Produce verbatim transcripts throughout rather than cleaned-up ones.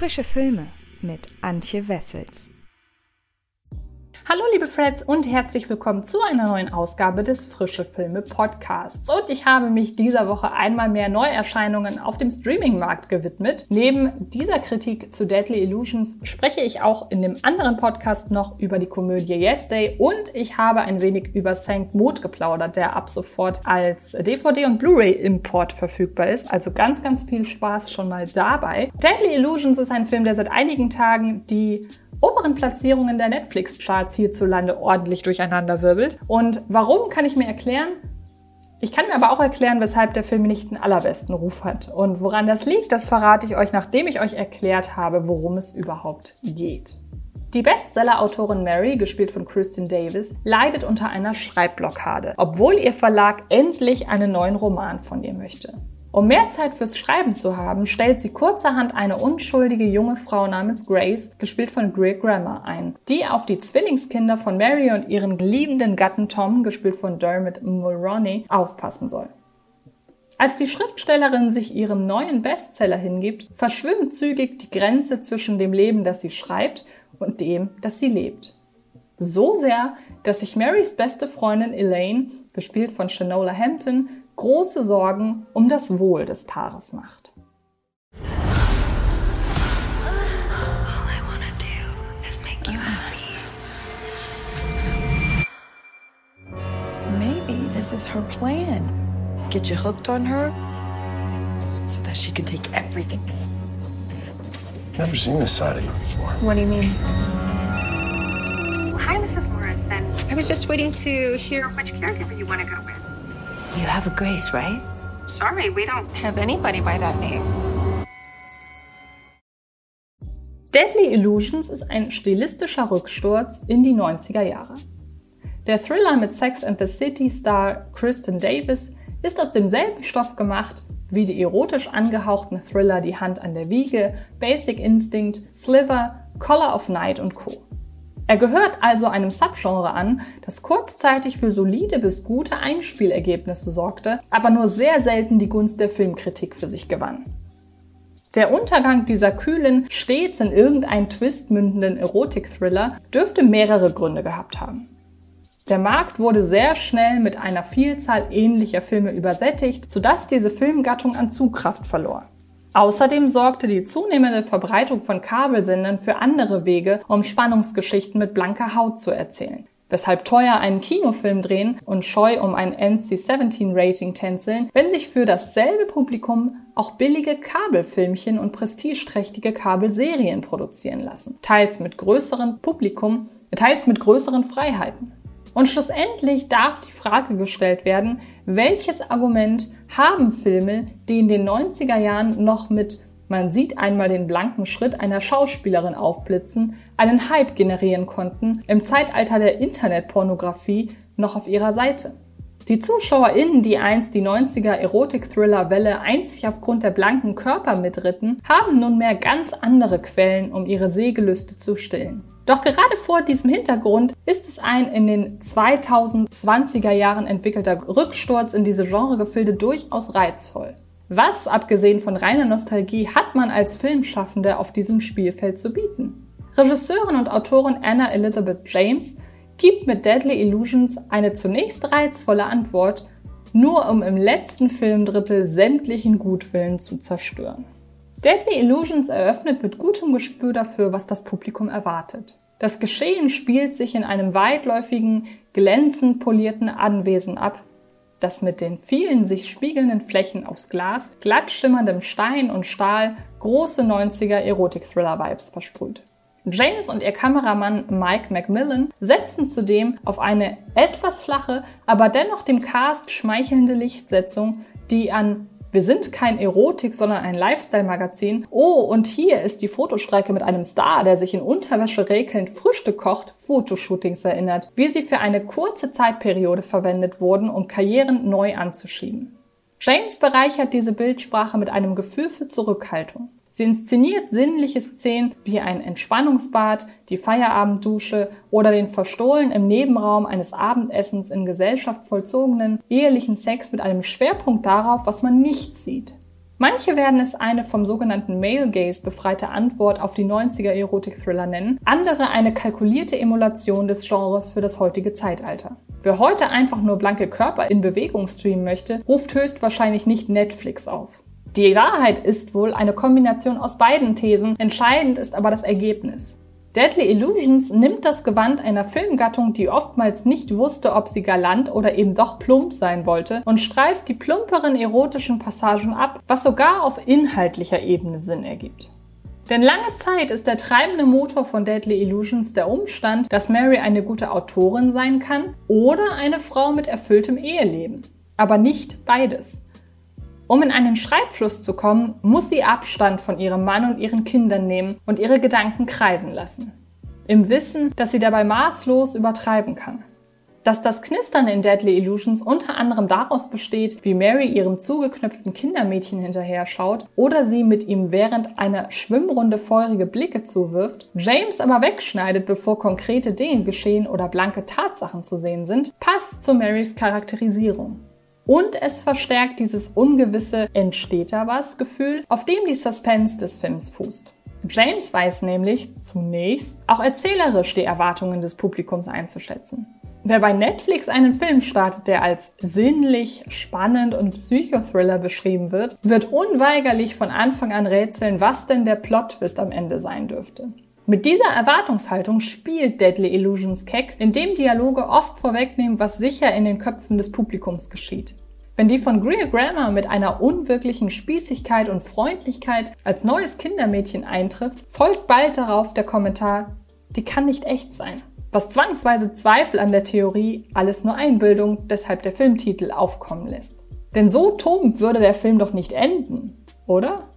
Frische Filme mit Antje Wessels. Hallo liebe Freds und herzlich willkommen zu einer neuen Ausgabe des Frische Filme Podcasts. Und ich habe mich dieser Woche einmal mehr Neuerscheinungen auf dem Streaming-Markt gewidmet. Neben dieser Kritik zu Deadly Illusions spreche ich auch in dem anderen Podcast noch über die Komödie Yes Day und ich habe ein wenig über Sankt Maud geplaudert, der ab sofort als D V D und Blu-ray-Import verfügbar ist. Also ganz, ganz viel Spaß schon mal dabei. Deadly Illusions ist ein Film, der seit einigen Tagen die oberen Platzierungen der Netflix-Charts hierzulande ordentlich durcheinander wirbelt. Und warum, kann ich mir erklären. Ich kann mir aber auch erklären, weshalb der Film nicht den allerbesten Ruf hat. Und woran das liegt, das verrate ich euch, nachdem ich euch erklärt habe, worum es überhaupt geht. Die Bestseller-Autorin Mary, gespielt von Kristin Davis, leidet unter einer Schreibblockade, obwohl ihr Verlag endlich einen neuen Roman von ihr möchte. Um mehr Zeit fürs Schreiben zu haben, stellt sie kurzerhand eine unschuldige junge Frau namens Grace, gespielt von Greer Grammer, ein, die auf die Zwillingskinder von Mary und ihren liebenden Gatten Tom, gespielt von Dermot Mulroney, aufpassen soll. Als die Schriftstellerin sich ihrem neuen Bestseller hingibt, verschwimmt zügig die Grenze zwischen dem Leben, das sie schreibt, und dem, das sie lebt. So sehr, dass sich Marys beste Freundin Elaine, gespielt von Shanola Hampton, große Sorgen um das Wohl des Paares macht. All I wanna do is make you happy. Maybe this is her plan. Get you hooked on her so that she can take everything. Never seen this side of you before. What do you mean? Hi, Missus Morrison. I was just waiting to hear Which caregiver you want to go with? You have a Grace, right? Sorry, we don't. have anybody by that name. Deadly Illusions ist ein stilistischer Rücksturz in die neunziger Jahre. Der Thriller mit Sex and the City-Star Kristin Davis ist aus demselben Stoff gemacht wie die erotisch angehauchten Thriller Die Hand an der Wiege, Basic Instinct, Sliver, Color of Night und Co. Er gehört also einem Subgenre an, das kurzzeitig für solide bis gute Einspielergebnisse sorgte, aber nur sehr selten die Gunst der Filmkritik für sich gewann. Der Untergang dieser kühlen, stets in irgendeinen Twist mündenden Erotik-Thriller dürfte mehrere Gründe gehabt haben. Der Markt wurde sehr schnell mit einer Vielzahl ähnlicher Filme übersättigt, sodass diese Filmgattung an Zugkraft verlor. Außerdem sorgte die zunehmende Verbreitung von Kabelsendern für andere Wege, um Spannungsgeschichten mit blanker Haut zu erzählen. Weshalb teuer einen Kinofilm drehen und scheu um ein N C siebzehn Rating tänzeln, wenn sich für dasselbe Publikum auch billige Kabelfilmchen und prestigeträchtige Kabelserien produzieren lassen. Teils mit größerem Publikum, teils mit größeren Freiheiten. Und schlussendlich darf die Frage gestellt werden, welches Argument haben Filme, die in den neunziger Jahren noch mit "Man sieht einmal den blanken Schritt einer Schauspielerin aufblitzen" einen Hype generieren konnten, im Zeitalter der Internetpornografie noch auf ihrer Seite. Die ZuschauerInnen, die einst die neunziger Erotik-Thriller-Welle einzig aufgrund der blanken Körper mitritten, haben nunmehr ganz andere Quellen, um ihre Sehgelüste zu stillen. Doch gerade vor diesem Hintergrund ist es ein in den zweitausendzwanziger Jahren entwickelter Rücksturz in diese Genregefilde durchaus reizvoll. Was, abgesehen von reiner Nostalgie, hat man als Filmschaffende auf diesem Spielfeld zu bieten? Regisseurin und Autorin Anna Elizabeth James gibt mit Deadly Illusions eine zunächst reizvolle Antwort, nur um im letzten Filmdrittel sämtlichen Gutwillen zu zerstören. Deadly Illusions eröffnet mit gutem Gespür dafür, was das Publikum erwartet. Das Geschehen spielt sich in einem weitläufigen, glänzend polierten Anwesen ab, das mit den vielen sich spiegelnden Flächen aus Glas, glatt schimmerndem Stein und Stahl große neunziger Erotik-Thriller-Vibes versprüht. James und ihr Kameramann Mike McMillan setzen zudem auf eine etwas flache, aber dennoch dem Cast schmeichelnde Lichtsetzung, die an "Wir sind kein Erotik, sondern ein Lifestyle-Magazin. Oh, und hier ist die Fotostrecke mit einem Star, der sich in Unterwäsche räkelnd Frühstück kocht", Fotoshootings erinnert, wie sie für eine kurze Zeitperiode verwendet wurden, um Karrieren neu anzuschieben. James bereichert diese Bildsprache mit einem Gefühl für Zurückhaltung. Sie inszeniert sinnliche Szenen wie ein Entspannungsbad, die Feierabenddusche oder den verstohlen im Nebenraum eines Abendessens in Gesellschaft vollzogenen ehelichen Sex mit einem Schwerpunkt darauf, was man nicht sieht. Manche werden es eine vom sogenannten Male Gaze befreite Antwort auf die neunziger Erotik-Thriller nennen, andere eine kalkulierte Emulation des Genres für das heutige Zeitalter. Wer heute einfach nur blanke Körper in Bewegung streamen möchte, ruft höchstwahrscheinlich nicht Netflix auf. Die Wahrheit ist wohl eine Kombination aus beiden Thesen, entscheidend ist aber das Ergebnis. Deadly Illusions nimmt das Gewand einer Filmgattung, die oftmals nicht wusste, ob sie galant oder eben doch plump sein wollte, und streift die plumperen erotischen Passagen ab, was sogar auf inhaltlicher Ebene Sinn ergibt. Denn lange Zeit ist der treibende Motor von Deadly Illusions der Umstand, dass Mary eine gute Autorin sein kann oder eine Frau mit erfülltem Eheleben. Aber nicht beides. Um in einen Schreibfluss zu kommen, muss sie Abstand von ihrem Mann und ihren Kindern nehmen und ihre Gedanken kreisen lassen. Im Wissen, dass sie dabei maßlos übertreiben kann. Dass das Knistern in Deadly Illusions unter anderem daraus besteht, wie Mary ihrem zugeknöpften Kindermädchen hinterher schaut oder sie mit ihm während einer Schwimmrunde feurige Blicke zuwirft, James aber wegschneidet, bevor konkrete Dinge geschehen oder blanke Tatsachen zu sehen sind, passt zu Marys Charakterisierung. Und es verstärkt dieses ungewisse "Entsteht da was?" Gefühl, auf dem die Suspense des Films fußt. James weiß nämlich zunächst auch erzählerisch die Erwartungen des Publikums einzuschätzen. Wer bei Netflix einen Film startet, der als sinnlich, spannend und Psychothriller beschrieben wird, wird unweigerlich von Anfang an rätseln, was denn der Plot-Twist am Ende sein dürfte. Mit dieser Erwartungshaltung spielt Deadly Illusions keck, indem Dialoge oft vorwegnehmen, was sicher in den Köpfen des Publikums geschieht. Wenn die von Greer Grammer mit einer unwirklichen Spießigkeit und Freundlichkeit als neues Kindermädchen eintrifft, folgt bald darauf der Kommentar, die kann nicht echt sein. Was zwangsweise Zweifel an der Theorie, alles nur Einbildung, deshalb der Filmtitel, aufkommen lässt. Denn so tump würde der Film doch nicht enden, oder?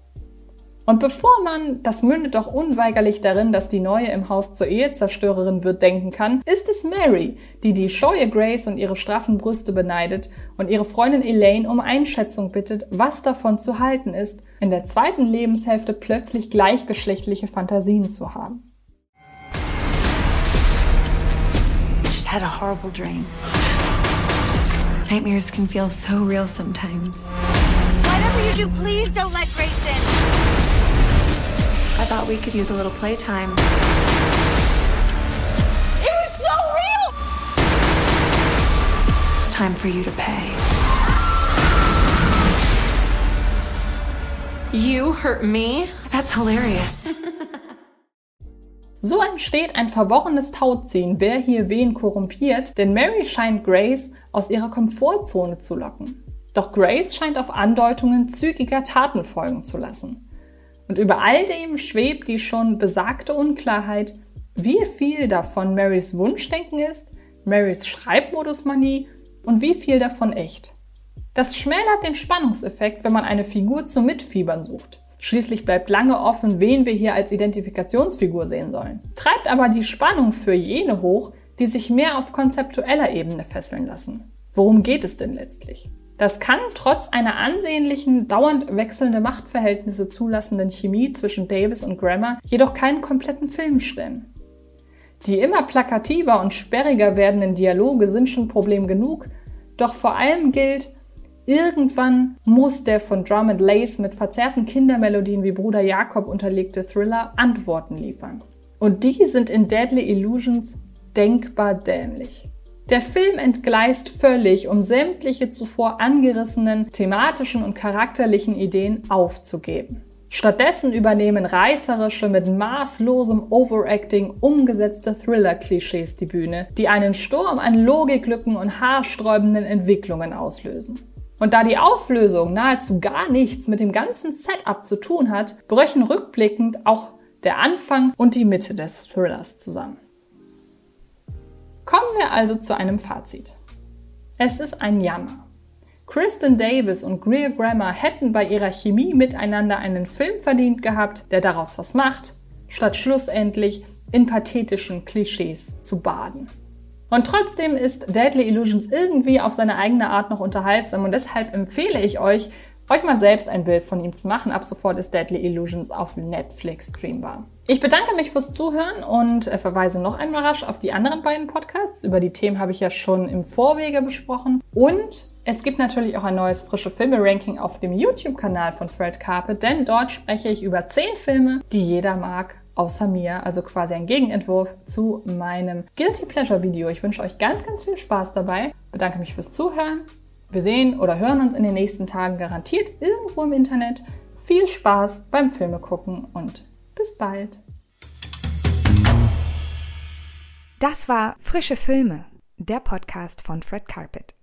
Und bevor man, das mündet doch unweigerlich darin, dass die Neue im Haus zur Ehezerstörerin wird, denken kann, ist es Mary, die die scheue Grace und ihre straffen Brüste beneidet und ihre Freundin Elaine um Einschätzung bittet, was davon zu halten ist, in der zweiten Lebenshälfte plötzlich gleichgeschlechtliche Fantasien zu haben. I just had a horrible dream. Nightmares can feel so real sometimes. Whatever you do, please don't let Grace in. I thought we could use a little playtime. It was so real! It's time for you to pay. You hurt me? That's hilarious. So entsteht ein verworrenes Tauziehen, wer hier wen korrumpiert, denn Mary scheint Grace aus ihrer Komfortzone zu locken. Doch Grace scheint auf Andeutungen zügiger Taten folgen zu lassen. Und über all dem schwebt die schon besagte Unklarheit, wie viel davon Marys Wunschdenken ist, Marys Schreibmodusmanie und wie viel davon echt. Das schmälert den Spannungseffekt, wenn man eine Figur zum Mitfiebern sucht. Schließlich bleibt lange offen, wen wir hier als Identifikationsfigur sehen sollen. Treibt aber die Spannung für jene hoch, die sich mehr auf konzeptueller Ebene fesseln lassen. Worum geht es denn letztlich? Das kann trotz einer ansehnlichen, dauernd wechselnde Machtverhältnisse zulassenden Chemie zwischen Davis und Grammer jedoch keinen kompletten Film stemmen. Die immer plakativer und sperriger werdenden Dialoge sind schon Problem genug, doch vor allem gilt, irgendwann muss der von Drum and Lace mit verzerrten Kindermelodien wie Bruder Jakob unterlegte Thriller Antworten liefern. Und die sind in Deadly Illusions denkbar dämlich. Der Film entgleist völlig, um sämtliche zuvor angerissenen thematischen und charakterlichen Ideen aufzugeben. Stattdessen übernehmen reißerische, mit maßlosem Overacting umgesetzte Thriller-Klischees die Bühne, die einen Sturm an Logiklücken und haarsträubenden Entwicklungen auslösen. Und da die Auflösung nahezu gar nichts mit dem ganzen Setup zu tun hat, brechen rückblickend auch der Anfang und die Mitte des Thrillers zusammen. Kommen wir also zu einem Fazit. Es ist ein Jammer. Kristin Davis und Greer Grammer hätten bei ihrer Chemie miteinander einen Film verdient gehabt, der daraus was macht, statt schlussendlich in pathetischen Klischees zu baden. Und trotzdem ist Deadly Illusions irgendwie auf seine eigene Art noch unterhaltsam und deshalb empfehle ich euch, euch mal selbst ein Bild von ihm zu machen. Ab sofort ist Deadly Illusions auf Netflix streambar. Ich bedanke mich fürs Zuhören und verweise noch einmal rasch auf die anderen beiden Podcasts. Über die Themen habe ich ja schon im Vorwege besprochen. Und Es gibt natürlich auch ein neues frische Filme-Ranking auf dem YouTube-Kanal von Fred Carpet, denn dort spreche ich über zehn Filme, die jeder mag, außer mir, also quasi ein Gegenentwurf zu meinem Guilty Pleasure Video. Ich wünsche euch ganz, ganz viel Spaß dabei, bedanke mich fürs Zuhören. Wir sehen oder hören uns in den nächsten Tagen garantiert irgendwo im Internet. Viel Spaß beim Filme gucken und bis bald. Das war Frische Filme, der Podcast von Fred Carpet.